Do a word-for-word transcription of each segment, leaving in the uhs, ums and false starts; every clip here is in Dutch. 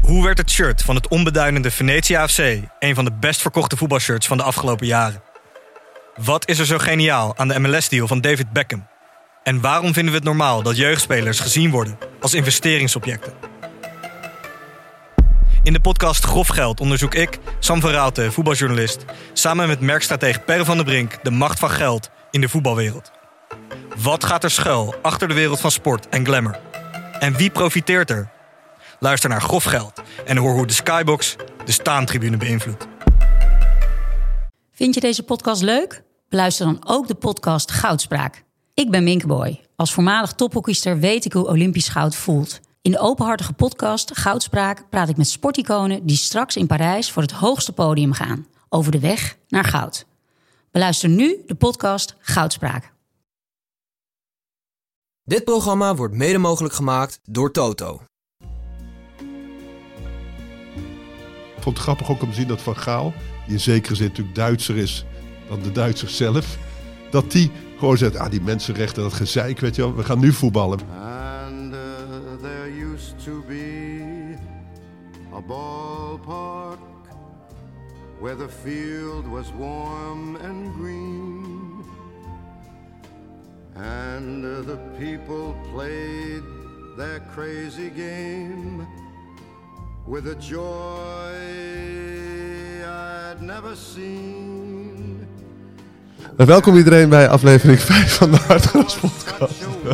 Hoe werd het shirt van het onbeduidende Venetia F C een van de best verkochte voetbalshirts van de afgelopen jaren? Wat is er zo geniaal aan de M L S-deal van David Beckham? En waarom vinden we het normaal dat jeugdspelers gezien worden als investeringsobjecten? In de podcast Grof Geld onderzoek ik, Sam van Raalte, voetbaljournalist, samen met merkstratege Per van der Brink de macht van geld in de voetbalwereld. Wat gaat er schuil achter de wereld van sport en glamour? En wie profiteert er? Luister naar Grof Geld en hoor hoe de Skybox de staantribune beïnvloedt. Vind je deze podcast leuk? Beluister dan ook de podcast Goudspraak. Ik ben Minkeboy. Als voormalig tophockeyster weet ik hoe Olympisch goud voelt. In de openhartige podcast Goudspraak praat ik met sporticonen die straks in Parijs voor het hoogste podium gaan. Over de weg naar goud. Beluister nu de podcast Goudspraak. Dit programma wordt mede mogelijk gemaakt door Toto. Ik vond het grappig ook om te zien dat Van Gaal, die in zekere zin natuurlijk Duitser is dan de Duitsers zelf, dat die gewoon zegt, ah die mensenrechten, dat gezeik, weet je wel, we gaan nu voetballen. And uh, there used to be a ballpark where the field was warm and green and uh, the people played their crazy game with a joy I'd never seen. En welkom iedereen bij aflevering vijf van de Hartgras podcast.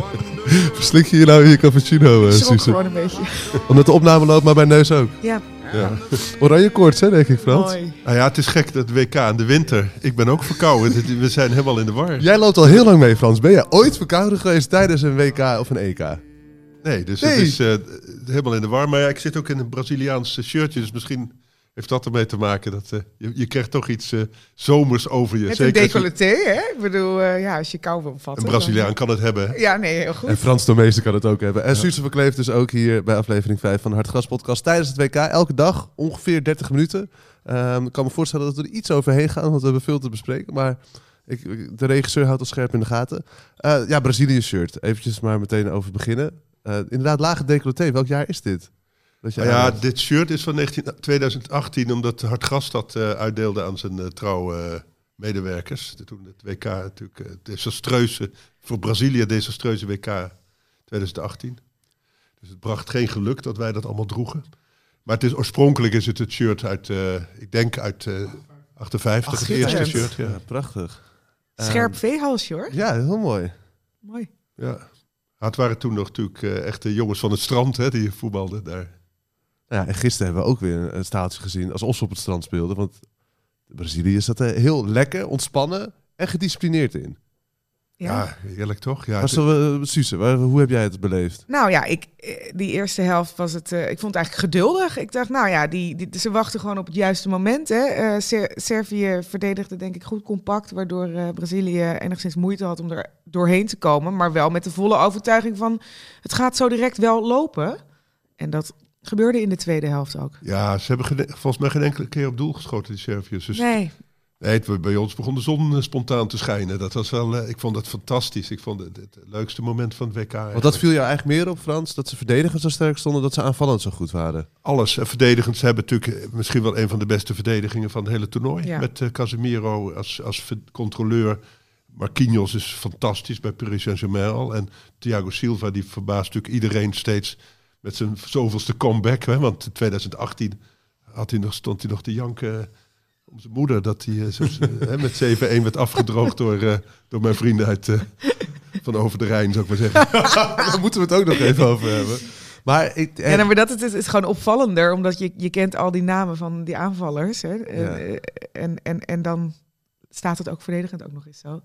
Verslik je hier nou je cappuccino, uh, Schrok gewoon een beetje. Omdat de opname loopt, maar bij neus ook. Ja. Ja. Oranje koorts, hè, denk ik, Frans? Mooi. Nou ja, het is gek dat W K in de winter. Ik ben ook verkouden. We zijn helemaal in de war. Jij loopt al heel lang mee, Frans. Ben jij ooit verkouden geweest tijdens een W K of een E K? Nee, dus Nee. het is uh, helemaal in de war. Maar ja, ik zit ook in een Braziliaans shirtje, dus misschien heeft dat ermee te maken dat uh, je, je krijgt toch iets uh, zomers over je. Met Zeker een als je- decolleté, hè? Ik bedoel, uh, ja, als je kou wil vatten. Een Braziliaan dan- kan het hebben. Ja, nee, heel goed. En Frans Tomeester kan het ook hebben. En Suze van Kleef dus ook hier bij aflevering vijf van de Hartgras podcast tijdens het W K. Elke dag ongeveer dertig minuten. Um, ik kan me voorstellen dat we er iets overheen gaan, want we hebben veel te bespreken. Maar ik, ik- de regisseur houdt ons scherp in de gaten. Uh, ja, Brazilië shirt. Eventjes maar meteen over beginnen. Uh, inderdaad, lage decolleté. Welk jaar is dit? Dat je Nou ja, aanhaalt? dit shirt is van negentien twintig achttien, omdat Hartgras dat uh, uitdeelde aan zijn uh, trouwe uh, medewerkers. Toen het W K natuurlijk uh, desastreuze, voor Brazilië desastreuze W K twintig achttien. Dus het bracht geen geluk dat wij dat allemaal droegen. Maar het is, oorspronkelijk is het het shirt uit, uh, ik denk uit uh, achtenvijftig, Ach, het eerste schitterend. shirt. Ja. Ja, prachtig. Scherp Um, veehalsje, hoor. Ja, heel mooi. Mooi. Ja. Het waren toen nog natuurlijk uh, echt de jongens van het strand, hè, die voetbalden daar. Ja, en gisteren hebben we ook weer een, een staaltje gezien als Os op het strand speelde. Want Brazilië zat er heel lekker, ontspannen en gedisciplineerd in. Ja. Ja, heerlijk toch? Ja, Maar het- zo, uh, Suze, waar- hoe heb jij het beleefd? Nou ja, ik, eh, die eerste helft was het... eh, ik vond het eigenlijk geduldig. Ik dacht, nou ja, die, die, ze wachten gewoon op het juiste moment. Hè. Eh, Ser- Servië verdedigde denk ik goed compact, waardoor eh, Brazilië enigszins moeite had om er doorheen te komen. Maar wel met de volle overtuiging van, het gaat zo direct wel lopen. En dat gebeurde in de tweede helft ook. ja, ze hebben gene- volgens mij geen enkele keer op doel geschoten, die Serviërs. Dus Nee, nee, het, bij ons begon de zon uh, spontaan te schijnen. Dat was wel, uh, ik vond dat fantastisch. Ik vond het het leukste moment van het W K. Want dat viel jou eigenlijk meer op, Frans, dat ze verdedigend zo sterk stonden, dat ze aanvallend zo goed waren. Alles. En verdedigend, ze hebben natuurlijk uh, misschien wel een van de beste verdedigingen van het hele toernooi. Ja. Met uh, Casemiro als, als ver- controleur. Marquinhos is fantastisch bij Paris Saint-Germain al. En Thiago Silva, die verbaast natuurlijk iedereen steeds met zijn zoveelste comeback. Hè? Want in twintig achttien had hij nog, stond hij nog te janken om zijn moeder. Dat hij uh, zo, uh, met zeven-een werd afgedroogd door, uh, door mijn vrienden uit, uh, van over de Rijn, zou ik maar zeggen. Daar moeten we het ook nog even over hebben. Maar ik, en dan, maar dat is, is, is gewoon opvallender, omdat je, je kent al die namen van die aanvallers. Hè? En, Ja. en, en, en dan staat het ook verdedigend ook nog eens zo.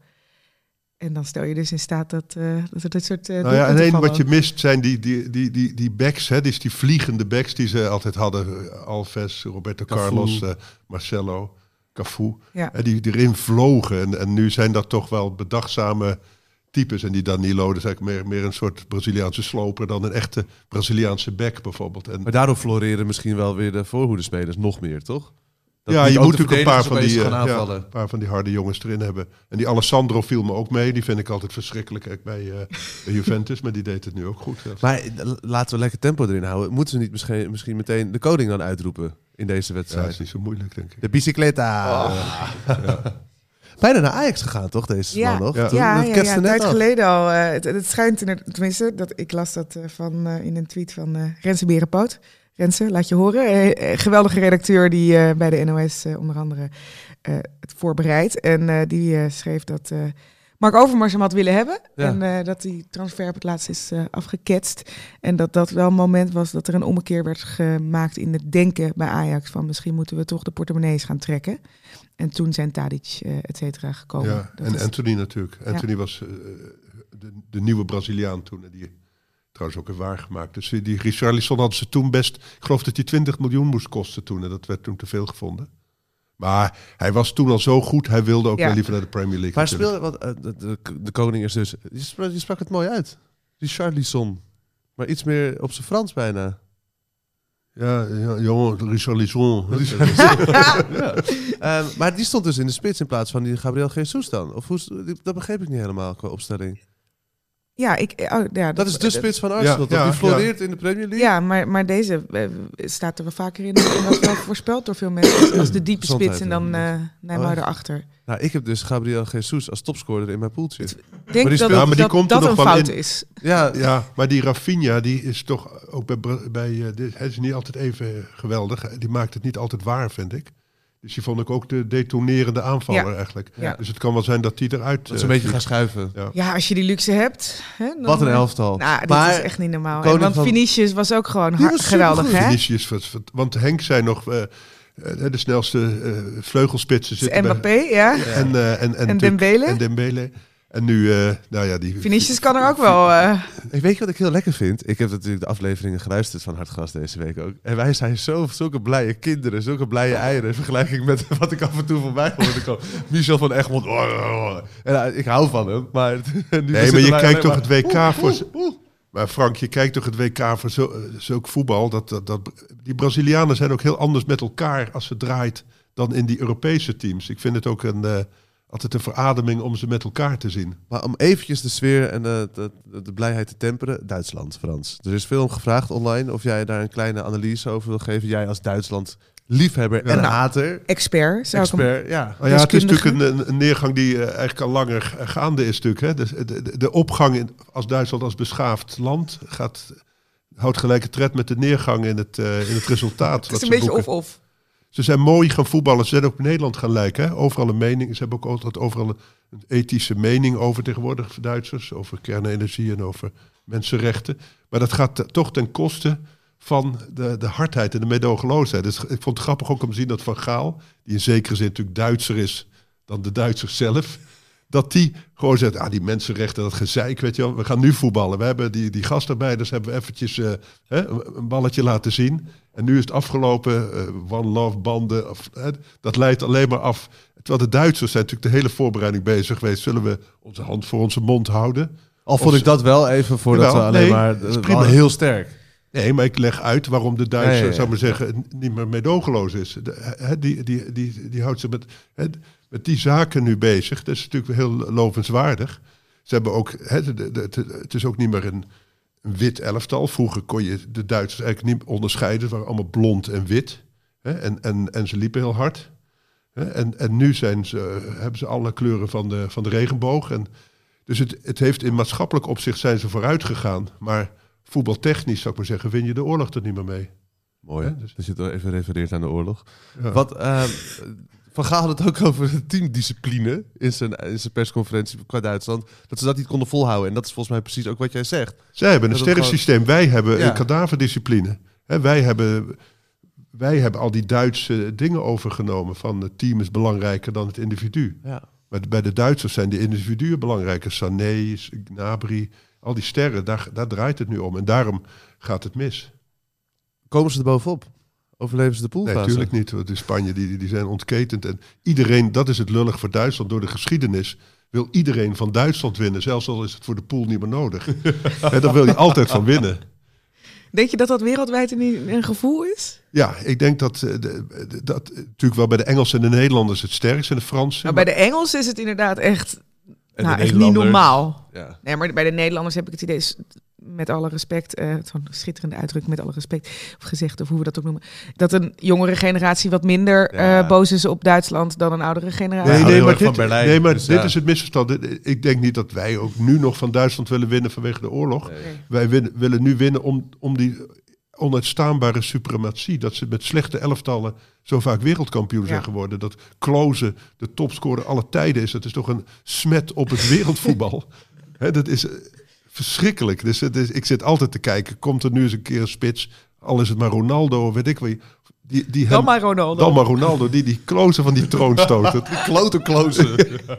En dan stel je dus in staat dat, uh, dat er dit soort uh, Nou ja, doelpunten alleen vallen. wat je mist zijn die, die, die, die, die backs, hè, dus die vliegende backs die ze altijd hadden. Alves, Roberto Cafu. Carlos, uh, Marcelo, Cafu. Ja. Hè, die, die erin vlogen. En, en nu zijn dat toch wel bedachtzame types. En die Danilo, dat is eigenlijk meer, meer een soort Braziliaanse sloper dan een echte Braziliaanse back bijvoorbeeld. En maar daardoor floreren misschien wel weer de voorhoedespelers nog meer, toch? Dat ja, niet je ook moet de natuurlijk een paar van, verdedigers die, opeens uh, gaan ja, aanvallen. een paar van die harde jongens erin hebben. En die Alessandro viel me ook mee. Die vind ik altijd verschrikkelijk kijk, bij, uh, bij Juventus. Maar die deed het nu ook goed. Ja. Maar uh, laten we lekker tempo erin houden. Moeten ze niet misschien, misschien meteen de koning dan uitroepen in deze Ja, wedstrijd? dat is niet zo moeilijk, denk ik. De bicicleta. Oh. Ja. Bijna naar Ajax gegaan, toch, deze Ja, man nog? ja. Toen- Ja, dat ja, ketste ja, een net tijd af. geleden al. Uh, het, het schijnt, in het, tenminste, dat, ik las dat uh, van, uh, in een tweet van uh, Renze Berenpoot. Renze, laat je horen. Uh, uh, geweldige redacteur die uh, bij de N O S uh, onder andere uh, het voorbereidt. En uh, die uh, schreef dat uh, Mark Overmars hem had willen hebben. Ja. En uh, dat die transfer op het laatst is uh, afgeketst. En dat dat wel een moment was dat er een ommekeer werd gemaakt in het denken bij Ajax. Van misschien moeten we toch de portemonnees gaan trekken. En toen zijn Tadic, uh, et cetera, gekomen. Ja, Dat en is- Anthony natuurlijk. Ja. Anthony was uh, de, de nieuwe Braziliaan toen. En die trouwens ook een waargemaakt. Dus die Richarlison hadden ze toen best... Ik geloof dat hij twintig miljoen moest kosten toen. En dat werd toen te veel gevonden. Maar hij was toen al zo goed. Hij wilde ook Ja. wel liever naar de Premier League. Maar natuurlijk. speelde, wat, uh, de, de, de koning is dus... Je sprak, je sprak het mooi uit. Richarlison. Maar iets meer op zijn Frans bijna. Ja, ja jongen, Richarlison. ja. um, maar die stond dus in de spits in plaats van die Gabriel Jesus dan. Of hoe, dat begreep ik niet helemaal qua opstelling. Ja, ik, oh, ja, Dat is de spits van Arsenal, Ja, toch? ja, Die floreert in de Premier League. Ja, maar, maar deze uh, staat er wel vaker in. En dat is wel voorspeld door veel mensen als, als de diepe Gezondheid, spits en dan ja. uh, Neymar Oh, echt? erachter. Nou, ik heb dus Gabriel Jesus als topscorer in mijn poeltje. Ik denk die dat speelt- Ja, maar die dat, komt er dat nog een wel fout in. is. Ja, Ja, maar die Rafinha, die is toch ook bij... Bra- bij uh, dit, hij is niet altijd even geweldig. Die maakt het niet altijd waar, vind ik. Dus die vond ik ook de detonerende aanvaller Ja. eigenlijk. Ja. Dus het kan wel zijn dat die eruit... dat is uh, een beetje gaan vliegt. schuiven. Ja. Ja, als je die luxe hebt. Hè, dan, Wat een elftal. Nou, dit Maar is echt niet normaal. En koning want van- Vinicius was ook gewoon Die har- was geweldig, supergoed. hè? Vinicius, was- want Henk zei nog... uh, uh, de snelste uh, vleugelspitsen zitten bij... Mbappé, ja. En, uh, en, en, En natuurlijk- Dembele. En Dembele. En nu, uh, nou ja, die... Vinicius kan er ook wel... Uh, Ik weet je wat ik heel lekker vind? Ik heb natuurlijk de afleveringen geluisterd van Hartgras deze week ook. En wij zijn zo, zulke blije kinderen, zulke blije eieren... in vergelijking met wat ik af en toe voorbij hoorde komen. Michel van Egmond. En, uh, ik hou van hem, maar... nu Nee, maar zitten je wij kijkt toch alleen het W K maar- voor... Oeh, oeh, oeh. Maar Frank, je kijkt toch het W K voor zo, zulk voetbal. Dat, dat, dat, die Brazilianen zijn ook heel anders met elkaar als het draait dan in die Europese teams. Ik vind het ook een, uh, altijd een verademing om ze met elkaar te zien. Maar om eventjes de sfeer en de, de, de blijheid te temperen, Duitsland, Frans. Er is veel om gevraagd online of jij daar een kleine analyse over wil geven. Jij als Duitsland liefhebber en Ja. hater, expert, zou ik hem... expert, ja. Nou ja, het is Deskundige. natuurlijk een, een, een neergang die uh, eigenlijk al langer gaande is. Natuurlijk, hè. De, de, de opgang in, als Duitsland als beschaafd land gaat, houdt gelijke tred met de neergang in het, uh, in het resultaat. Het wat is ze een beetje boeken. of-of. Ze zijn mooi gaan voetballen. Ze zijn ook op Nederland gaan lijken. Hè? Overal een mening. Ze hebben ook altijd overal een, een ethische mening over tegenwoordig, Duitsers. Over kernenergie en over mensenrechten. Maar dat gaat t- toch ten koste van de, de hardheid en de meedogenloosheid. Dus ik vond het grappig ook om te zien dat Van Gaal, die in zekere zin natuurlijk Duitser is dan de Duitsers zelf, dat die gewoon zegt, ah, die mensenrechten, dat gezeik, weet je wel. We gaan nu voetballen. We hebben die, die gastarbeiders hebben we eventjes uh, hè, een balletje laten zien. En nu is het afgelopen, uh, One Love banden. Of, hè, dat leidt alleen maar af. Terwijl de Duitsers zijn natuurlijk de hele voorbereiding bezig geweest. Zullen we onze hand voor onze mond houden? Al vond Of- ik dat wel even voordat Jawel, we alleen nee, maar... dat is uh, prima. wel heel sterk. Nee, maar ik leg uit waarom de Duitser, Ja, ja, ja. zou ik maar zeggen, niet meer meedogenloos is. De, hè, die, die, die, die houdt zich met, hè, met die zaken nu bezig. Dat is natuurlijk heel lovenswaardig. Ze hebben ook, hè, de, de, de, het is ook niet meer een, een wit elftal. Vroeger kon je de Duitsers eigenlijk niet onderscheiden. Ze waren allemaal blond en wit. Hè, en, en, en ze liepen heel hard. Hè, en, en nu zijn ze, hebben ze alle kleuren van de, van de regenboog. En, dus het, het heeft in maatschappelijk opzicht zijn ze vooruit gegaan. Maar voetbaltechnisch, zou ik maar zeggen, win je de oorlog er niet meer mee. Mooi, Ja, dus- dat je het even refereert aan de oorlog. Ja. Wat, uh, Van Gaal had het ook over teamdiscipline in zijn, in zijn persconferentie qua Duitsland. Dat ze dat niet konden volhouden. En dat is volgens mij precies ook wat jij zegt. Zij hebben een Dat het sterrensysteem, wij hebben Ja. een kadaverdiscipline. Hè, wij, hebben, wij hebben al die Duitse dingen overgenomen van het team is belangrijker dan het individu. Ja. Maar bij de Duitsers zijn de individuen belangrijker. Sané, Gnabry, al die sterren, daar, daar draait het nu om. En daarom gaat het mis. Komen ze er bovenop? Overleven ze de Nee, poolfase? natuurlijk niet. Want in Spanje die, die zijn ontketend. En iedereen, dat is het lullig voor Duitsland. Door de geschiedenis wil iedereen van Duitsland winnen. Zelfs al is het voor de pool niet meer nodig. Hè, daar wil je altijd van winnen. Denk je dat dat wereldwijd een, een gevoel is? Ja, ik denk dat, uh, de, de, dat natuurlijk wel bij de Engelsen en de Nederlanders het sterkst en de Fransen. Nou, bij de Engelsen is het inderdaad echt, En nou, de echt niet Nederlanders. normaal. Ja. Nee, maar bij de Nederlanders heb ik het idee, is, met alle respect, uh, zo'n schitterende uitdrukking, met alle respect, of gezegd, of hoe we dat ook noemen, dat een jongere generatie wat minder Ja. uh, boos is op Duitsland dan een oudere generatie. Nee, Ja, nee, heel maar, erg van dit, Berlijn, nee, maar dus dit ja. is het misverstand. Dit- Ik denk niet dat wij ook nu nog van Duitsland willen winnen vanwege de oorlog. Nee. Wij win- willen nu winnen om, om die onuitstaanbare suprematie. Dat ze met slechte elftallen zo vaak wereldkampioen zijn Ja. geworden. Dat Klose de topscorer aller tijden is. Dat is toch een smet op het wereldvoetbal. Hè, dat is eh, verschrikkelijk. Dus het is, ik zit altijd te kijken. Komt er nu eens een keer een spits? Al is het maar Ronaldo, weet ik wel. Die, die Dan hem- maar Ronaldo. Dan maar Ronaldo, die die Klose van die troon stoot. Dat- Klote klozen.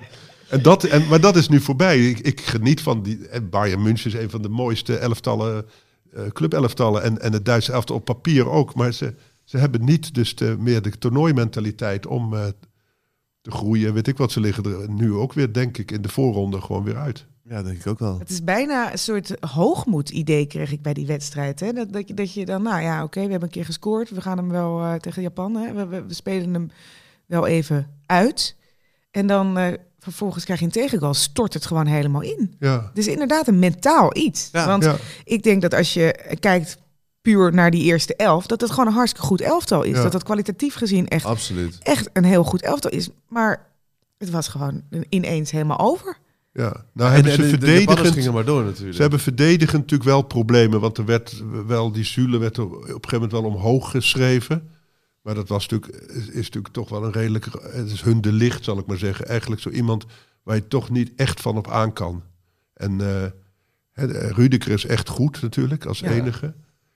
En dat, en, maar dat is nu voorbij. Ik, ik geniet van die. En Bayern München is een van de mooiste elftallen, uh, clubelftallen. En, en het Duitse elftal op papier ook. Maar ze, ze hebben niet dus de, meer de toernooimentaliteit om uh, te groeien. Weet ik wat, ze liggen er nu ook weer, denk ik, in de voorronde gewoon weer uit. Ja, denk ik ook wel. Het is bijna een soort hoogmoed-idee, kreeg ik bij die wedstrijd. Hè? Dat, dat, je, dat je dan, nou ja, oké, okay, we hebben een keer gescoord. We gaan hem wel uh, tegen Japan. Hè? We, we, we spelen hem wel even uit. En dan uh, vervolgens krijg je een tegengoal. Stort het gewoon helemaal in. Ja. Het is inderdaad een mentaal iets. Ja, Want ja. ik denk dat als je kijkt puur naar die eerste elf, dat het gewoon een hartstikke goed elftal is. Ja. Dat het kwalitatief gezien echt, Absoluut. echt een heel goed elftal is. Maar het was gewoon ineens helemaal over. Ja. Nou En, hebben en ze de, de Japanners verdedigend. gingen maar door natuurlijk. Ze hebben verdedigend natuurlijk wel problemen. Want er werd wel, die Zule werd er op een gegeven moment wel omhoog geschreven. Maar dat was natuurlijk, is, is natuurlijk toch wel een redelijk. Het is hun de licht, zal ik maar zeggen. Eigenlijk zo iemand waar je toch niet echt van op aan kan. En uh, Rudiger is echt goed natuurlijk, als Ja. enige.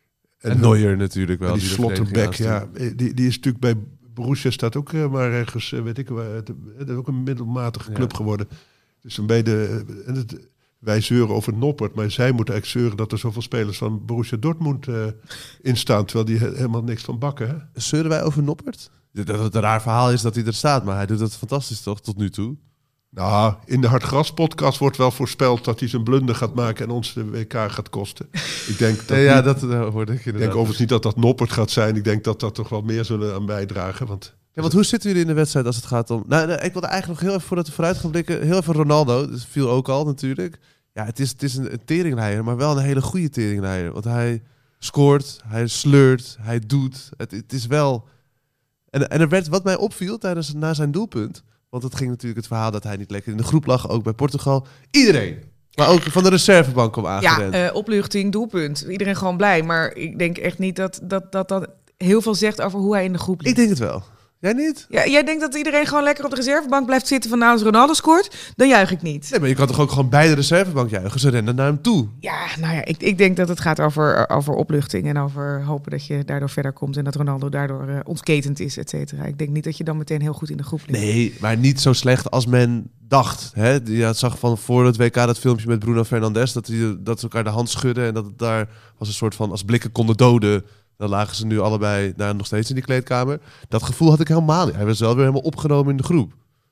En Neuer natuurlijk wel. En die de Slotterbeck, verdediging ja, die, die is natuurlijk bij Borussia staat ook uh, maar ergens, uh, weet ik, uh, het is ook een middelmatige club Ja. geworden. Dus een beetje, uh, en het, wij zeuren over Noppert, maar zij moeten eigenlijk zeuren dat er zoveel spelers van Borussia Dortmund uh, in staan, terwijl die he- helemaal niks van bakken. Hè? Zeuren wij over Noppert? Dat het een raar verhaal is dat hij er staat, maar hij doet het fantastisch toch, tot nu toe? Nou, in de Hartgras podcast wordt wel voorspeld dat hij zijn blunder gaat maken en ons de W K gaat kosten. Ik denk dat Ja, ja niet- dat uh, hoorde ik ik inderdaad. denk overigens niet dat dat Noppert gaat zijn. Ik denk dat dat toch wel meer zullen aan bijdragen. Want Ja, want hoe zitten jullie in de wedstrijd als het gaat om... Nou, nee, ik wilde eigenlijk nog heel even, voordat we vooruit gaan blikken, heel even Ronaldo. Dat viel ook al natuurlijk. Ja, het is, het is een, een teringleier, maar wel een hele goede teringleier. Want hij scoort, hij sleurt, hij doet. Het, het is wel... En, en er werd, wat mij opviel tijdens na zijn doelpunt, want het ging natuurlijk het verhaal dat hij niet lekker in de groep lag, ook bij Portugal. Iedereen, maar ook van de reservebank kwam aangerend. Ja, uh, opluchting, doelpunt. Iedereen gewoon blij. Maar ik denk echt niet dat dat, dat, dat heel veel zegt over hoe hij in de groep ligt. Ik denk het wel. Jij niet? Ja, jij denkt dat iedereen gewoon lekker op de reservebank blijft zitten van nou, als Ronaldo scoort, dan juich ik niet. Nee, maar je kan toch ook gewoon bij de reservebank juichen? Ze rennen naar hem toe. Ja, nou ja, ik, ik denk dat het gaat over, over opluchting en over hopen dat je daardoor verder komt en dat Ronaldo daardoor uh, ontketend is, et cetera. Ik denk niet dat je dan meteen heel goed in de groep ligt. Nee, maar niet zo slecht als men dacht. Hè? Je ja, zag van voor het W K dat filmpje met Bruno Fernandes, dat, die, dat ze elkaar de hand schudden en dat het daar als een soort van, als blikken konden doden. Dan lagen ze nu allebei nou, nog steeds in die kleedkamer. Dat gevoel had ik helemaal niet. Hij was wel weer helemaal opgenomen in de groep.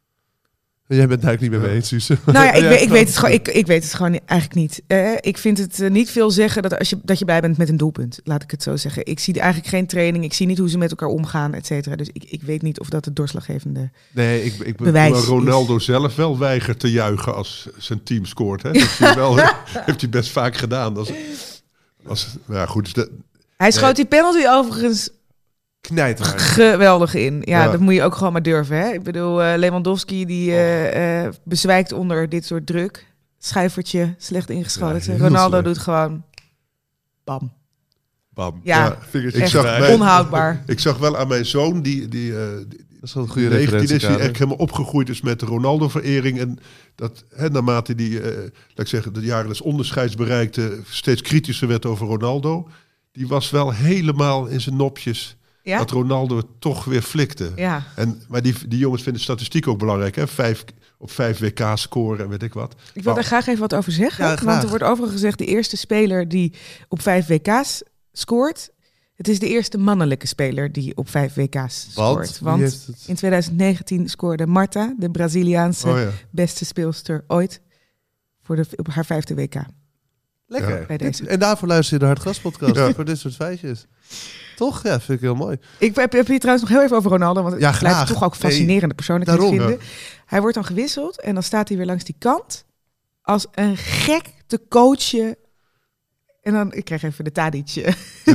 En jij bent het eigenlijk niet meer mee eens, Suze. Nou ja, ik, weet, ik, weet het gewoon, ik, ik weet het gewoon eigenlijk niet. Uh, ik vind het uh, niet veel zeggen dat, als je, dat je blij bent met een doelpunt. Laat ik het zo zeggen. Ik zie eigenlijk geen training. Ik zie niet hoe ze met elkaar omgaan, et cetera. Dus ik, ik weet niet of dat het doorslaggevende nee, ik, ik bewijs maar Ronaldo is. zelf wel weigert te juichen als zijn team scoort. Hè? Dat heeft, hij wel, heeft hij best vaak gedaan. Als, als, ja, goed, dus dat, Hij schoot nee. die penalty overigens Knijterhard. geweldig in. Ja, Ja. dat moet je ook gewoon maar durven. Hè? Ik bedoel, uh, Lewandowski die uh, uh, bezwijkt onder dit soort druk. Schuivertje, slecht ingeschoten. Ja, heel Ronaldo slecht. doet gewoon bam. Bam. Ja, Ja, vingertjes ik echt zag erbij. bij- onhoudbaar. ik zag wel aan mijn zoon, die, die, uh, die Dat is wel een goede negentien is, die referentiekader. echt helemaal opgegroeid is met de Ronaldo-verering. En dat hè, naarmate die, uh, laat ik zeggen, de jaren des onderscheids bereikte, steeds kritischer werd over Ronaldo. Die was wel helemaal in zijn nopjes Ja? dat Ronaldo het toch weer flikte. Ja. En, maar die, die jongens vinden statistiek ook belangrijk. Hè? Vijf, op vijf W K scoren en weet ik wat. Ik wil daar graag even wat over zeggen. Ja, want graag. er wordt overigens gezegd, de eerste speler die op vijf W K's scoort. Het is de eerste mannelijke speler die op vijf W K's scoort. Want, Want Wie heeft het? in twintig negentien scoorde Marta, de Braziliaanse Oh ja. beste speelster ooit, voor de, op haar vijfde W K. Lekker. Ja. Bij deze. En daarvoor luister je de Hartgras-podcast. Ja. Voor dit soort feitjes. Toch? Ja, vind ik heel mooi. Ik heb, heb hier trouwens nog heel even over Ronaldo, want Ja, het blijft graag. toch ook fascinerende persoonlijkheid daarom, vinden. Hij wordt dan gewisseld en dan staat hij weer langs die kant als een gek te coachen. En dan, ik krijg even de Tadic. Ja.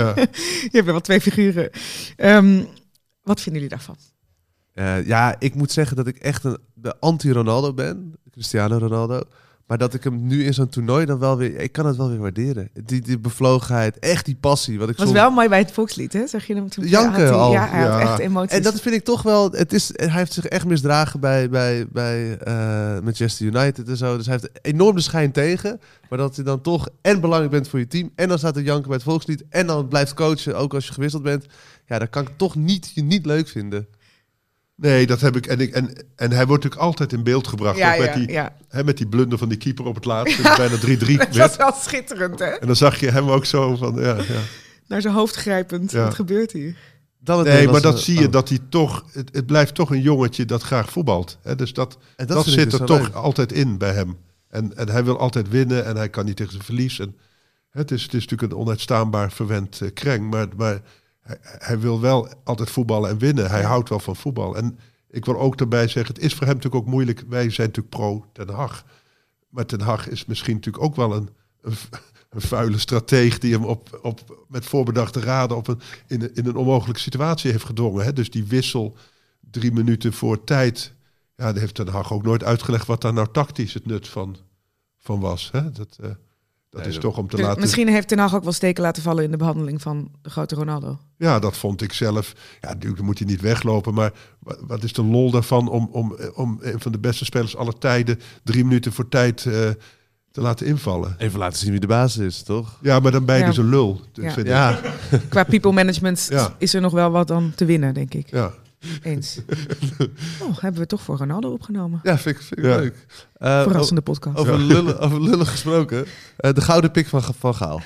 Je hebt er wel twee figuren. Um, wat vinden jullie daarvan? Uh, ja, ik moet zeggen dat ik echt een de anti-Ronaldo ben. Cristiano Ronaldo. Maar dat ik hem nu in zo'n toernooi dan wel weer... Ik kan het wel weer waarderen. Die, die bevlogenheid, echt die passie. Wat ik was soms... wel mooi bij het volkslied, hè? Zag je hem toen? Janken had hij, al. Ja, hij Ja. had echt emoties. En dat vind ik toch wel... Het is, hij heeft zich echt misdragen bij, bij, bij uh, Manchester United en zo. Dus hij heeft enorm de schijn tegen. Maar dat hij dan toch en belangrijk bent voor je team. En dan staat er janken bij het volkslied. En dan blijft coachen, ook als je gewisseld bent. Ja, dan kan ik toch niet, je niet leuk vinden. Nee, dat heb ik. En, ik en, en hij wordt natuurlijk altijd in beeld gebracht. Ja, ook met, ja, die, ja. hè, met die blunder van die keeper op het laatste. Dat bijna drie drie Dat was werd. wel schitterend, hè? En dan zag je hem ook zo van... Ja, ja. Naar zijn hoofd grijpend. Ja. Wat gebeurt hier? Dan het Nee, maar Nederlandse- dat zie je, oh. dat hij toch... Het, het blijft toch een jongetje dat graag voetbalt. Hè? Dus dat, En dat, vind ik zit dus er zo toch leuk. altijd in bij hem. En, en hij wil altijd winnen en hij kan niet tegen zijn verlies. En, het, is, het is natuurlijk een onuitstaanbaar verwend uh, kreng. Maar, maar hij, hij wil wel altijd voetballen en winnen. Hij houdt wel van voetbal. En ik wil ook daarbij zeggen, het is voor hem natuurlijk ook moeilijk. Wij zijn natuurlijk pro Ten Hag. Maar Ten Hag is misschien natuurlijk ook wel een, een, een vuile strateeg die hem op, op, met voorbedachte raden op een, in, een, in een onmogelijke situatie heeft gedwongen. Hè? Dus die wissel drie minuten voor tijd. Ja, daar heeft Ten Hag ook nooit uitgelegd wat daar nou tactisch het nut van, van was. Hè? Dat, uh, dat Nee, is dat- toch om te Dus laten... misschien heeft Ten Hag ook wel steken laten vallen in de behandeling van de grote Ronaldo. Ja, dat vond ik zelf. Ja, natuurlijk moet hij niet weglopen. Maar wa- wat is de lol daarvan om, om, om een van de beste spelers aller tijden drie minuten voor tijd uh, te laten invallen? Even laten zien wie de baas is, toch? Ja, maar dan ben je Ja. dus een lul. Ja. Vind ik. Ja, Qua people management Ja. is er nog wel wat dan te winnen, denk ik. Ja. Eens. Oh, hebben we toch voor Ronaldo opgenomen. ja vind ik, vind ik Ja. leuk. Uh, Verrassende podcast. Over, lullen, over lullen gesproken. Uh, de gouden pik van, van Gaal.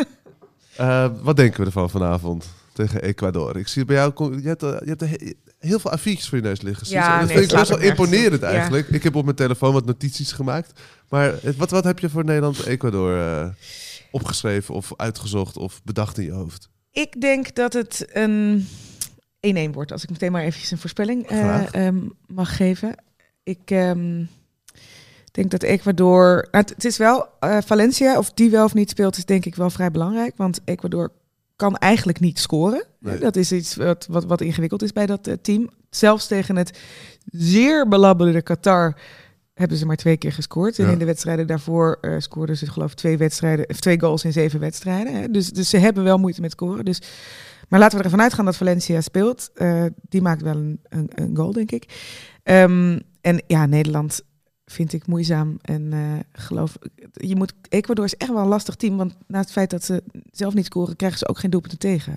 Uh, wat denken we ervan vanavond tegen Ecuador? Ik zie bij jou, kom- je hebt, uh, je hebt he- heel veel A viertjes voor je neus liggen. Ja, dat nee, vind ik het best slaat wel ook nergens imponerend op. Ja. eigenlijk. Ik heb op mijn telefoon wat notities gemaakt. Maar uh, wat, wat heb je voor Nederland-Ecuador uh, opgeschreven of uitgezocht of bedacht in je hoofd? Ik denk dat het een één-één wordt. Als ik meteen maar eventjes een voorspelling eh, Graag. um, mag geven. Ik um, denk dat Ecuador... Nou, het, het is wel uh, Valencia, of die wel of niet speelt, is denk ik wel vrij belangrijk. Want Ecuador kan eigenlijk niet scoren. Nee. Dat is iets wat, wat, wat ingewikkeld is bij dat uh, team. Zelfs tegen het zeer belabberde Qatar hebben ze maar twee keer gescoord. En Ja. in de wedstrijden daarvoor uh, scoorden ze geloof ik twee, wedstrijden, of twee goals in zeven wedstrijden. Hè. Dus, dus ze hebben wel moeite met scoren. Dus, maar laten we ervan uitgaan dat Valencia speelt. Uh, die maakt wel een, een, een goal, denk ik. Um, en ja, Nederland vind ik moeizaam. En uh, geloof, je moet, Ecuador is echt wel een lastig team. Want naast het feit dat ze zelf niet scoren, krijgen ze ook geen doelpunten tegen.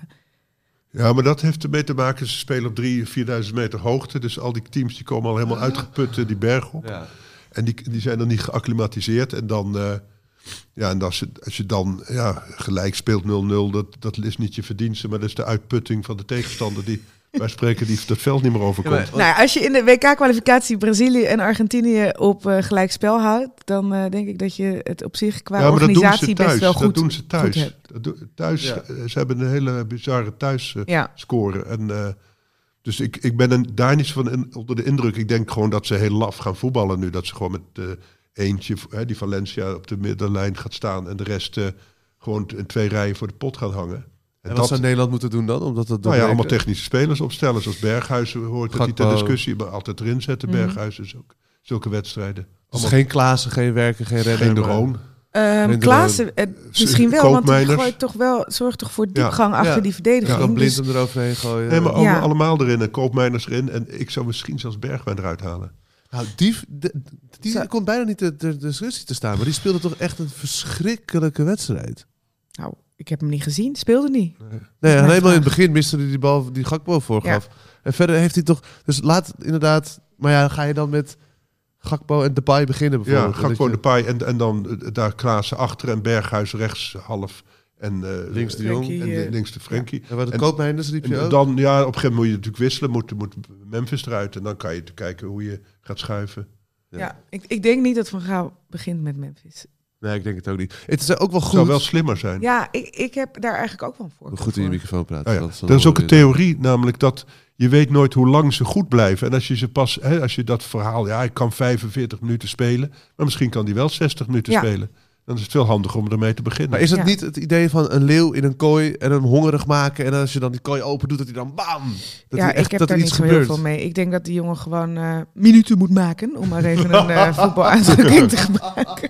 Ja, maar dat heeft ermee te maken. Ze spelen op drie, vierduizend meter hoogte. Dus al die teams die komen al helemaal uitgeput uh, die berg op. Ja. En die, die zijn dan niet geacclimatiseerd. En dan, uh, ja, en als je, als je dan ja, gelijk speelt nul nul, dat, dat is niet je verdienste. Maar dat is de uitputting van de tegenstander die, wij spreken, die dat veld niet meer overkomt. Ja, maar- Nou, als je in de W K-kwalificatie Brazilië en Argentinië op uh, gelijk spel houdt, dan uh, denk ik dat je het op zich qua Ja, maar dat doen ze organisatie thuis. best wel goed, dat doen ze goed thuis. hebt. Dat do- thuis Ja. uh, ze hebben een hele bizarre thuis uh, Ja. scoren. En, uh, dus ik, ik ben een, daar niet zo van in, onder de indruk. Ik denk gewoon dat ze heel laf gaan voetballen nu. Dat ze gewoon met uh, eentje, uh, die Valencia op de middenlijn gaat staan. En de rest uh, gewoon in twee rijen voor de pot gaan hangen. En, En wat dat, zou Nederland moeten doen dan? Omdat dat nou ja, allemaal doorbreken? technische spelers opstellen. Zoals Berghuizen hoort dat die ter Gakpo. discussie. Maar altijd erin zetten, Mhm. Berghuizen is ook zulke wedstrijden. Dus Allemaal geen Klaassen, geen Werken, geen Redder. geen maar- Droon. Um, Minder Klaassen, eh, misschien wel, want die Koopmeiners. gooit toch wel, zorgt toch voor diepgang Ja. achter Ja. die verdediging. Kan Blind Dus, hem eroverheen gooien. Nee, maar Ja. allemaal, allemaal erin. En Koopmeiners erin. En ik zou misschien zelfs Bergwijn eruit halen. Nou, die, de- die Zo. komt bijna niet de, de, de discussie te staan. Maar die speelde toch echt een verschrikkelijke wedstrijd. nou, ik heb hem niet gezien, speelde niet. Nee, mijn helemaal in vraag. het begin miste hij die bal die Gakpo voorgaf. En verder heeft hij toch... Dus laat inderdaad... Maar ja, ga je dan met Gakpo en Depay beginnen Ja, bijvoorbeeld? Gakpo Dat de je- Paai en, en dan uh, daar Klaassen achter en Berghuis rechts half. En uh, Links de Jong. Frenkie, En eh, links de Frenkie. En wat de En- Koopmeiners riep je En ook. dan, ja, op een gegeven moment moet je natuurlijk wisselen. Moet, moet Memphis eruit. En dan kan je te kijken hoe je gaat schuiven. Ja. Ja, ik, ik denk niet dat Van Gaal begint met Memphis. Nee, ik denk het ook niet. Het is ook wel Het goed. zou wel slimmer zijn. Ja, ik, ik heb daar eigenlijk ook wel een voorkeur Goed in je voor. microfoon praten. Oh ja. dat is dan Er is ook wel een weer- theorie, namelijk dat je weet nooit hoe lang ze goed blijven. En als je ze pas, hè, als je dat verhaal, ja, ik kan vijfenveertig minuten spelen, maar misschien kan die wel zestig minuten Ja. spelen. Dan is het veel handiger om ermee te beginnen. Maar is het Ja. niet het idee van een leeuw in een kooi en hem hongerig maken en als je dan die kooi open doet, dat hij dan bam! Dat Ja, hij echt, ik heb dat daar er niet iets zo gebeurt. heel veel mee. Ik denk dat die jongen gewoon eh, minuten moet maken, om maar even een uh, voetbaluitdrukking te gebruiken.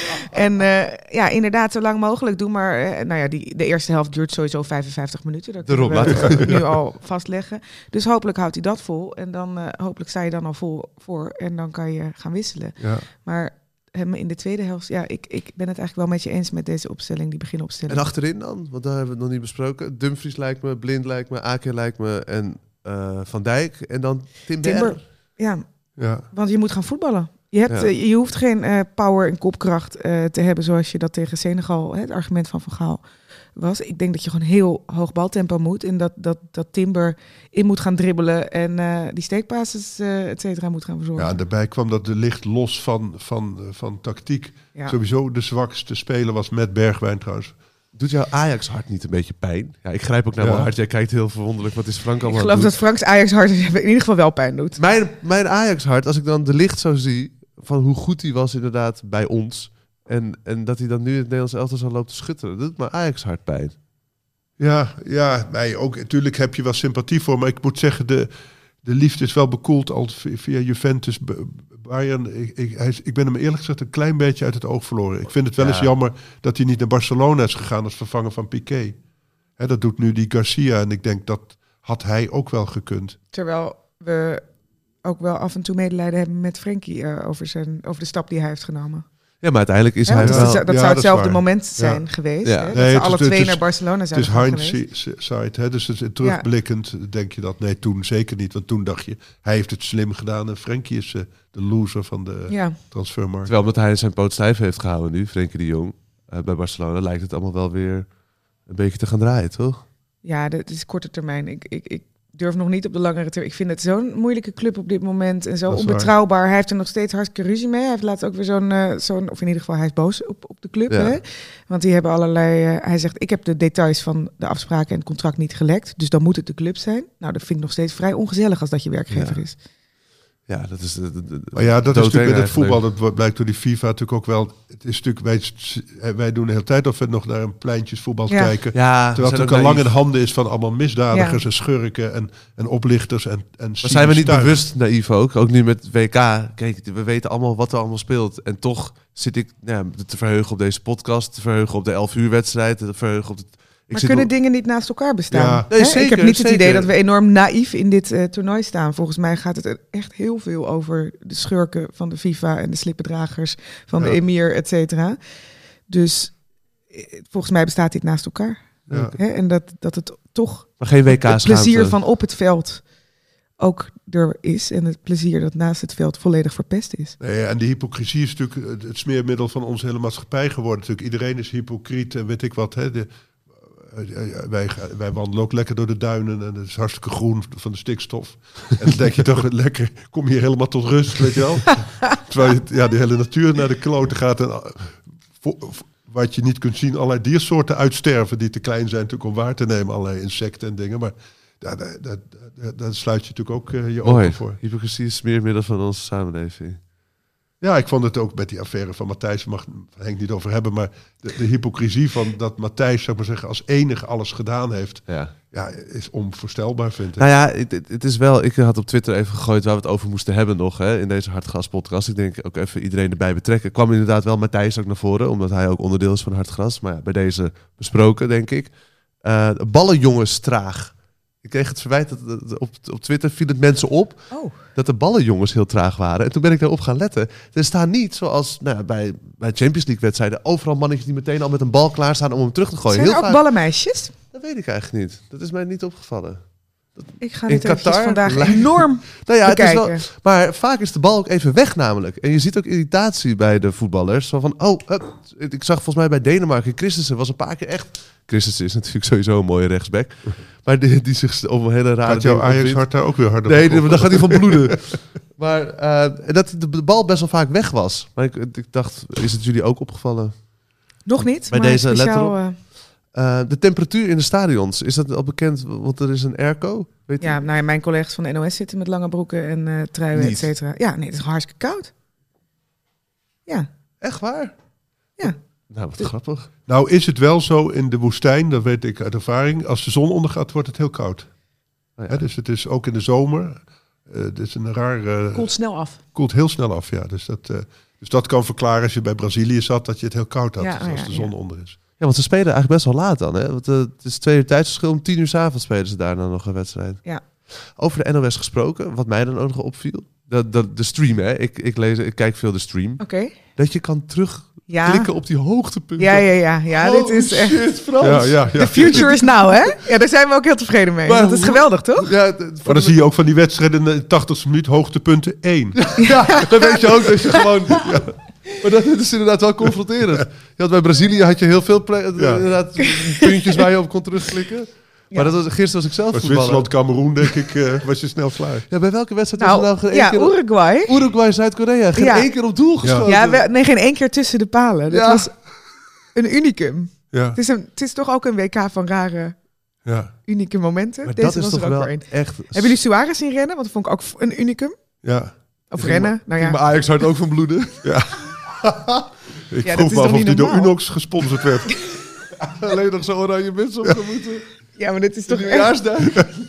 En uh, ja, inderdaad, zo lang mogelijk doen. Maar uh, nou ja, die, de eerste helft duurt sowieso vijfenvijftig minuten. Dat kunnen Daarom, we laten we- uh, nu al vastleggen. Dus hopelijk houdt hij dat vol. En dan uh, hopelijk sta je dan al vol voor. En dan kan je gaan wisselen. Ja. Maar hem in de tweede helft, ja, ik, ik ben het eigenlijk wel met je eens met deze opstelling, die beginopstelling. En achterin dan? Want daar hebben we het nog niet besproken. Dumfries lijkt me, Blind lijkt me, Ake lijkt me en uh, Van Dijk. En dan Timber. Timber. Ja, Ja. want je moet gaan voetballen. Je, hebt, Ja. uh, je hoeft geen uh, power en kopkracht uh, te hebben zoals je dat tegen Senegal, hè, het argument van Van Gaal was. Ik denk dat je gewoon heel hoog baltempo moet en dat, dat, dat Timber in moet gaan dribbelen en uh, die steekpasses, uh, et cetera, moet gaan verzorgen. Ja, en daarbij kwam dat de licht los van, van, van tactiek. Ja. Sowieso de zwakste speler was met Bergwijn trouwens. Doet jouw Ajax-hart niet een beetje pijn? Ja, ik grijp ook naar Ja. mijn hart. Jij kijkt heel verwonderlijk. Wat is Frank Ik allemaal geloof aan dat het Franks Ajax-hart in ieder geval wel pijn doet. doen? Mijn, mijn Ajax-hart, als ik dan de licht zo zie van hoe goed hij was inderdaad bij ons. En, en dat hij dan nu in het Nederlands elftal zal lopen te schutteren. Dat doet mijn Ajax-hart pijn. Ja, ja, nee, ook natuurlijk heb je wel sympathie voor, maar ik moet zeggen, de, de liefde is wel bekoeld al via Juventus, Bayern. Ik, ik, hij is, ik ben hem eerlijk gezegd een klein beetje uit het oog verloren. Ik vind het wel Ja. eens jammer dat hij niet naar Barcelona is gegaan als vervanger van Piqué. Hè, dat doet nu die Garcia en ik denk dat had hij ook wel gekund. Terwijl we ook wel af en toe medelijden hebben met Frenkie uh, over, zijn, over de stap die hij heeft genomen. Ja, maar uiteindelijk is Hè, hij want wel... dat is- dat Ja, zou dat is hetzelfde waar. moment zijn Ja. geweest. Ja. Hè? Dat Nee, ze het is- alle het twee is- naar Barcelona Het zijn is gegaan geweest. hindsight, hè, dus het is terugblikkend denk je dat. Nee, toen zeker niet, want toen dacht je, hij heeft het slim gedaan en Frenkie is uh, de loser van de Ja. transfermarkt. Terwijl omdat hij zijn poot stijf heeft gehouden nu, Frenkie de Jong, uh, bij Barcelona, lijkt het allemaal wel weer een beetje te gaan draaien, toch? Ja, dat is korte termijn. Ik, ik, ik durf nog niet op de langere termijn. Ik vind het zo'n moeilijke club op dit moment en zo Dat is onbetrouwbaar. Hij heeft er nog steeds hartstikke ruzie mee. Hij heeft laatst ook weer zo'n, uh, zo'n of in ieder geval hij is boos op, op de club. Ja. Hè? Want die hebben allerlei, uh, hij zegt, ik heb de details van de afspraken en het contract niet gelekt. Dus dan moet het de club zijn. Nou, dat vind ik nog steeds vrij ongezellig als dat je werkgever Ja. is. Ja, dat is... De, de, de, Maar ja, dat is doodeng natuurlijk met het eigenlijk. voetbal, dat wordt- blijkt door die FIFA natuurlijk ook wel. Het is natuurlijk, wij, wij doen de hele tijd of we nog naar een pleintjesvoetbal Ja. kijken. Ja, Terwijl het ook al lang in handen is van allemaal misdadigers Ja. en schurken en, en oplichters. En, en Maar zijn we niet stuif. bewust naïef ook? Ook nu met W K. Kijk, we weten allemaal wat er allemaal speelt. En toch zit ik nou ja, te verheugen op deze podcast, te verheugen op de elf uur wedstrijd, te verheugen op het... Ik Maar zit kunnen wel- dingen niet naast elkaar bestaan? Ja. Nee, Hè? zeker, ik heb niet het zeker. idee dat we enorm naïef in dit uh, toernooi staan. Volgens mij gaat het er echt heel veel over de schurken van de FIFA en de slippendragers van de Ja. emir, et cetera. Dus eh, volgens mij bestaat dit naast elkaar. Ja. Hè? En dat, dat het toch Maar geen W K het plezier schaamte. van op het veld ook er is. En het plezier dat naast het veld volledig verpest is. Nee, en die hypocrisie is natuurlijk het- het smeermiddel van onze hele maatschappij geworden. Natuurlijk, iedereen is hypocriet en weet ik wat. Hè. De, eh, eh, wij, wij wandelen ook lekker door de duinen en het is hartstikke groen van de stikstof. En dan denk je toch lekker, kom je hier helemaal tot rust, weet je wel. Terwijl je, ja, de hele natuur naar de kloten gaat en uh, vo- vo- wat je niet kunt zien, allerlei diersoorten uitsterven die te klein zijn natuurlijk om waar te nemen, allerlei insecten en dingen. Maar daar, daar, daar, daar- daar sluit je natuurlijk ook uh, je Mooi. ogen voor. Hypocrisie is smeermiddel van onze samenleving. Ja, ik vond het ook met die affaire van Matthijs, mag Henk niet over hebben, maar de, de hypocrisie van dat Matthijs, zou ik maar zeggen, als enige alles gedaan heeft, Ja. ja, is onvoorstelbaar, vind ik. Nou ja, het, het- het is wel... Ik had op Twitter even gegooid waar we het over moesten hebben nog, hè, in deze Hartgras podcast. Ik denk ook even iedereen erbij betrekken. Kwam inderdaad wel Matthijs ook naar voren, omdat hij ook onderdeel is van Hartgras. Maar ja, bij deze besproken, denk ik. Uh, ballenjongens traag. Ik kreeg het verwijt dat dat- op, op Twitter viel het mensen op Oh. dat de ballenjongens heel traag waren. En toen ben ik daarop gaan letten. Er staan niet, zoals nou, ja, bij, bij Champions League wedstrijden, overal mannetjes die meteen al met een bal klaarstaan om hem terug te gooien. Zijn er Heel ook vaak- ballenmeisjes? Dat weet ik eigenlijk niet. Dat is mij niet opgevallen. Ik ga In dit eventjes Qatar vandaag lijkt- enorm Nou ja, het is wel, bekijken. maar vaak is de bal ook even weg namelijk. En je ziet ook irritatie bij de voetballers. Zo van, oh, hup. Ik zag volgens mij bij Denemarken, Christensen was een paar keer echt... Christensen is natuurlijk sowieso een mooie rechtsback. Maar die, die zich op een hele rare... Gaat jouw dingen opwindt. Ajax-hart daar ook weer harder Nee, op? dan gaat hij van bloeden. Maar uh, dat de, de bal best wel vaak weg was. Maar ik, ik dacht, is het jullie ook opgevallen? Nog niet, Bij maar deze speciaal... letterop. Uh, uh, de temperatuur in de stadions, is dat al bekend? Want er is een airco. Weet ja, je? nou ja, mijn collega's van de N O S zitten met lange broeken en uh, truien, Niet. et cetera. Ja, nee, het is hartstikke koud. Ja. Echt waar? Ja. Nou, wat grappig. Nou is het wel zo in de woestijn, dat weet ik uit ervaring. Als de zon ondergaat, wordt het heel koud. Oh ja. Hè, dus het is ook in de zomer. Uh, het is een raar... Uh, Koelt snel af. Koelt heel snel af, ja. Dus dat, uh, dus dat kan verklaren als je bij Brazilië zat, dat je het heel koud had. Ja, dus oh als ja, de zon ja. onder is. Ja, want ze spelen eigenlijk best wel laat dan. Hè? Want, uh, het is twee uur tijdsverschil. Om tien uur 's avonds spelen ze daar dan nog een wedstrijd. Ja. Over de N O S gesproken, wat mij dan ook nog opviel. De, de, de stream, hè. Ik, ik, lees, ik kijk veel de stream. Oké. Okay. Dat je kan terugklikken Ja. op die hoogtepunten. Ja, ja, ja. ja Holy dit is echt... shit, Frans. Ja, ja, ja. The future is now, hè? Ja, daar zijn we ook heel tevreden mee. Maar dat is hoe- geweldig, toch? Ja, d- Maar dan zie je ook van die wedstrijden in de tachtigste minuut hoogtepunten één. Ja, dan weet je ook dat je gewoon... Ja. Maar dat is inderdaad wel confronterend. Je had bij Brazilië had je heel veel ple- Ja. inderdaad, puntjes waar je op kon terugklikken. Maar dat was, gisteren was ik zelf Maar voetballer. Zwitserland, Cameroen, denk ik, uh, was je snel klaar. Ja, bij welke wedstrijd Nou, was er nou geen ja, één keer... Uruguay. Uruguay, Zuid-Korea. Geen Ja. één keer op doel geschoten. Ja, we, nee, geen één keer tussen de palen. Dat Ja. was een unicum. Ja, Het is, een, het is toch ook een W K van rare, ja, unieke momenten. Maar Deze dat is was toch er ook wel weer een. echt... Hebben jullie Suarez zien rennen? Want dat vond ik ook een unicum. ja. Of Ging rennen. maar- Nou ging ja. mijn Ajax hart ook van bloeden. Ik Ja, dat vroeg is me toch af of niet die door normaal? Unox gesponsord werd. Alleen nog zo oranje muts op ja. moeten. ja, maar dit is De toch echt... nieuwjaarsdag.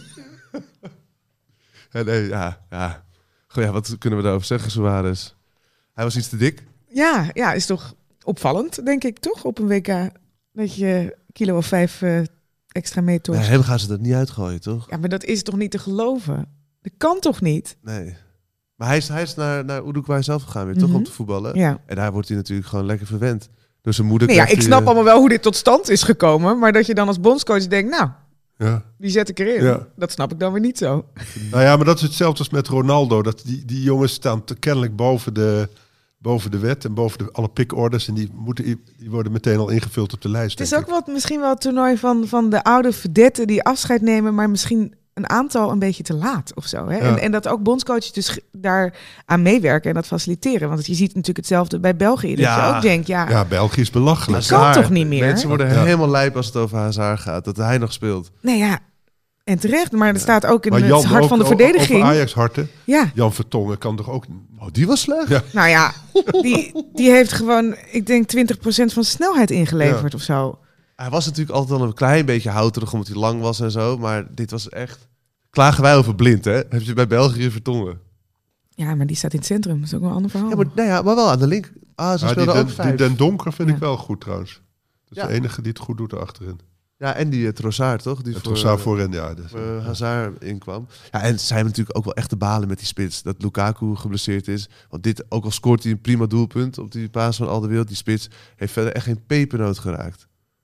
Ja, nee, ja, ja. Goh, ja, wat kunnen we daarover zeggen, Suarez? Hij was iets te dik. Ja, ja, is toch opvallend, denk ik, toch? Op een W K dat je kilo of vijf uh, extra meetorst. Ja, hem gaan ze dat niet uitgooien, toch? Ja, maar dat is toch niet te geloven? Dat kan toch niet? Nee. Maar hij is, hij is naar, naar Uruguay zelf gegaan weer, Mhm. toch, om te voetballen. Ja. En daar wordt hij natuurlijk gewoon lekker verwend. Door zijn moeder Nee, ja, krijgt ik hij, snap eh, allemaal wel hoe dit tot stand is gekomen. Maar dat je dan als bondscoach denkt, nou, Ja. die zet ik erin. Ja. Dat snap ik dan weer niet zo. Nou ja, maar dat is hetzelfde als met Ronaldo. Dat die, die jongens staan te, kennelijk boven de, boven de wet en boven de, alle pickorders. En die, moeten, die worden meteen al ingevuld op de lijst. Het is denk ook wat, misschien wel het toernooi van, van de oude vedetten die afscheid nemen, maar misschien een aantal een beetje te laat of zo. Hè? Ja. En, en dat ook bondscoaches dus g- daar aan meewerken en dat faciliteren. Want je ziet natuurlijk hetzelfde bij België. Dat Ja. je ook denkt, ja, ik. Ja, België is belachelijk. kan Hazard. toch niet meer? Mensen worden Ja. helemaal lijp als het over Hazard gaat. Dat hij nog speelt. nee ja, en terecht. Maar er staat ook in Maar het Jan, hart ook van de o- verdediging. Over Ajax-harten. Ja, Jan Vertongen kan toch ook... Oh, die was slecht? Ja. nou ja, die, die heeft gewoon, ik denk, twintig procent van snelheid ingeleverd of zo. Hij was natuurlijk altijd al een klein beetje houterig omdat hij lang was en zo. Maar dit was echt... Klagen wij over blind, hè? Heb je bij België Vertongen? Ja, maar die staat in het centrum. Dat is ook wel een ander verhaal. Ja, maar, nou ja, maar wel aan de link. Ah, ze Ja, die, speelden den, ook die vijf. Den Donker vind Ja. ik wel goed trouwens. Dat is Ja. de enige die het goed doet achterin. Ja, en die uh, Trossard, toch? Die Het voor, Trossard eh, voorin, ja. Dus, voor uh, Hazard inkwam. Ja, en zij hebben natuurlijk ook wel echt de balen met die spits. Dat Lukaku geblesseerd is. Want dit, ook al scoort hij een prima doelpunt op die paas van Alderweireld, die spits heeft verder echt geen pepernoot geraakt.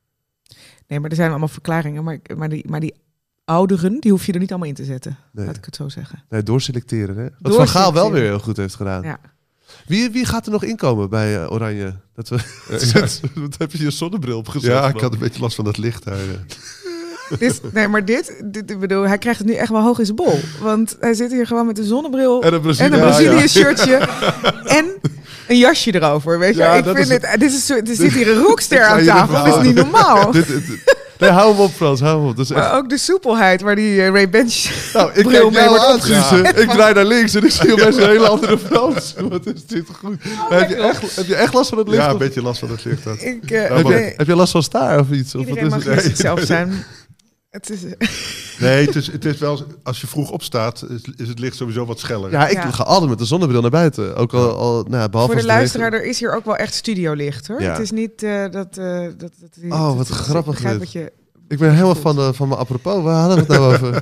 Nee, maar er zijn allemaal verklaringen. Maar, maar, die, maar die ouderen, die hoef je er niet allemaal in te zetten. Nee. Laat ik het zo zeggen. Nee, doorselecteren, hè? Wat Van Gaal wel Doorselecteren. weer heel goed heeft gedaan. Ja. Wie, wie gaat er nog inkomen bij uh, Oranje? Dat we, Wat heb je je zonnebril opgezet? ja, ik man? had een beetje last van dat licht daar. eh. Dit, nee, maar dit, dit, ik bedoel, hij krijgt het nu echt wel hoog in zijn bol. Want hij zit hier gewoon met een zonnebril En een Brazilië. en een Brazilië-shirtje en een jasje erover. Weet je, Ja, ik dat vind is- het. Dit is een soort, er zit hier een rockster Ik ga aan je tafel. dit Dat is niet normaal. Dit- dit- nee, hou hem op, Frans. Hou hem op. Dat is echt... Maar ook de soepelheid waar die uh, Ray Bench. Nou, ik bril kijk mee jou wordt aan, opgezet. Guus. Ik draai naar links en ik zie opeens een hele andere Frans. Wat is dit goed. Maar heb, je echt, heb je echt last van het licht? Ja, een of- beetje last van het licht. Dat. Ik, uh, heb, je, nee, heb je last van staar of iets? Of iedereen wat mag is het? hier zichzelf zijn. Het is, Nee, het is, het is wel... Als je vroeg opstaat, is, is het licht sowieso wat scheller. Ja, ik Ja. ga altijd met de zonnebril naar buiten. Ook al, al nou, behalve voor als de het luisteraar, regent. er is hier ook wel echt studiolicht hoor. Ja. Het is niet uh, dat, uh, dat, dat... Oh, wat dat- grappig Ik begrijp dit. wat je... Ik ben helemaal van, de, van mijn apropos. Waar hadden we het nou over?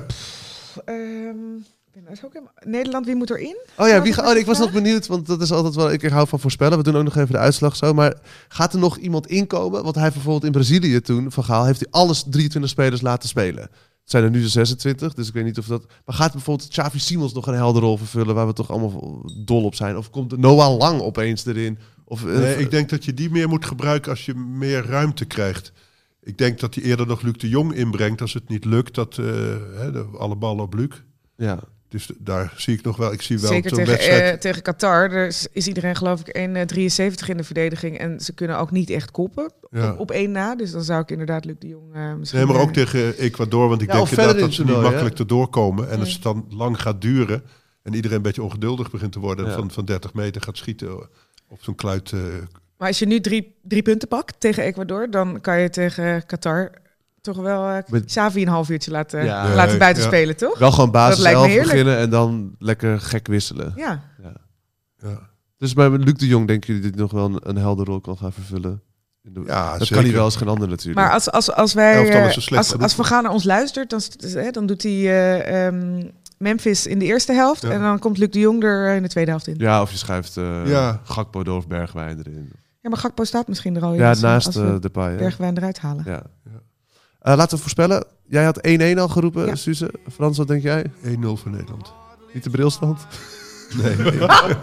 Ehm, ik ben nou ook helemaal- Nederland, wie moet erin? Oh ja, wie Wat ga, was oh, de ik was nog vraag? benieuwd, want dat is altijd wel... Ik hou van voorspellen. We doen ook nog even de uitslag zo. Maar gaat er nog iemand inkomen? Want hij heeft bijvoorbeeld in Brazilië toen, Van Gaal, heeft hij alles drieëntwintig spelers laten spelen. Het zijn er nu de zesentwintig, dus ik weet niet of dat... Maar gaat bijvoorbeeld Xavi Simons nog een heldere rol vervullen waar we toch allemaal dol op zijn? Of komt Noah Lang opeens erin? Of, eh, Nee, ik denk dat je die meer moet gebruiken als je meer ruimte krijgt. Ik denk dat hij eerder nog Luc de Jong inbrengt als het niet lukt. Dat uh, hè, de, alle ballen op Luc. Ja. Dus daar zie ik nog wel. Ik zie wel Zeker zo'n tegen, wedstrijd. uh, tegen Qatar. Er is, is iedereen geloof ik één komma drieënzeventig in de verdediging. En ze kunnen ook niet echt koppen. Ja. Op, op één na. Dus dan zou ik inderdaad Luc de Jong uh, misschien... Nee, maar ook uh, tegen Ecuador. Want ik Ja, denk of inderdaad verder dat ze in niet het toernooi, makkelijk hè? erdoor komen. En Nee. als het dan lang gaat duren. En iedereen een beetje ongeduldig begint te worden. Ja. En van, van dertig meter gaat schieten op zo'n kluit. Uh, Maar als je nu drie, drie punten pakt tegen Ecuador... dan kan je tegen Qatar toch wel uh, Met- Xavi een half uurtje laten, Ja. laten Nee, buiten ja. spelen, toch? Wel gewoon basis lijkt me elf heerlijk. beginnen en dan lekker gek wisselen. Ja. ja. Dus bij Luc de Jong denken jullie dat hij nog wel een, een helder rol kan gaan vervullen? In de- Ja, dat zeker. kan hij wel als geen ander natuurlijk. Maar als, als, als wij... Elftal is uh, zo slecht als, genoeg. als Van Gaal naar ons luistert... dan, uh, dan doet hij uh, um, Memphis in de eerste helft... Ja. en dan komt Luc de Jong er in de tweede helft in. Ja, Ja, of je schuift uh, Ja. Gakpo door of Bergwijn erin. maar Gakpo staat misschien er al in. Ja, als, uh, naast als uh, we Depay. hè? Bergwijn eruit halen. Ja. Uh, laten we voorspellen. Jij had één-één al geroepen, Ja. Suze. Frans, wat denk jij? één nul voor Nederland. Niet de brilstand? Nee, nee.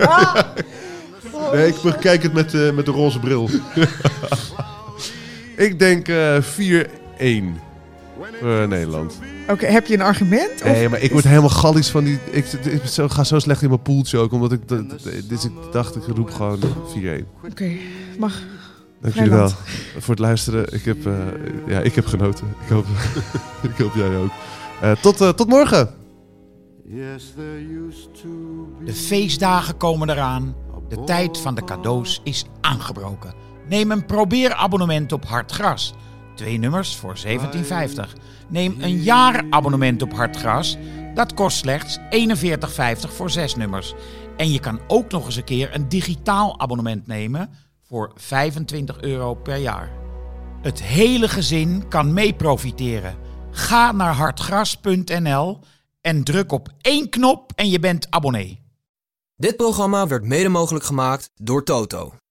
nee ik bekijk het met, uh, met de roze bril. Ik denk uh, vier-één voor Nederland. Oké, okay, heb je een argument? Of Nee, maar ik word helemaal gallisch van die... Ik, ik zo, ga zo slecht in mijn poeltje ook, omdat ik... Dus ik dacht, ik roep gewoon vier-één. Oké, okay, mag. Dank jullie wel Vrijland. voor het luisteren. Ik heb, uh, ja, ik heb genoten. Ik hoop, ik hoop jij ook. Uh, tot, uh, tot morgen. Yes, there used to be De feestdagen komen eraan. De tijd van de cadeaus is aangebroken. Neem een probeerabonnement op Hartgras. Twee nummers voor zeventien vijftig. Neem een jaarabonnement op Hartgras. Dat kost slechts eenenveertig vijftig voor zes nummers. En je kan ook nog eens een keer een digitaal abonnement nemen voor vijfentwintig euro per jaar. Het hele gezin kan mee profiteren. Ga naar hartgras punt n l en druk op één knop en je bent abonnee. Dit programma werd mede mogelijk gemaakt door Toto.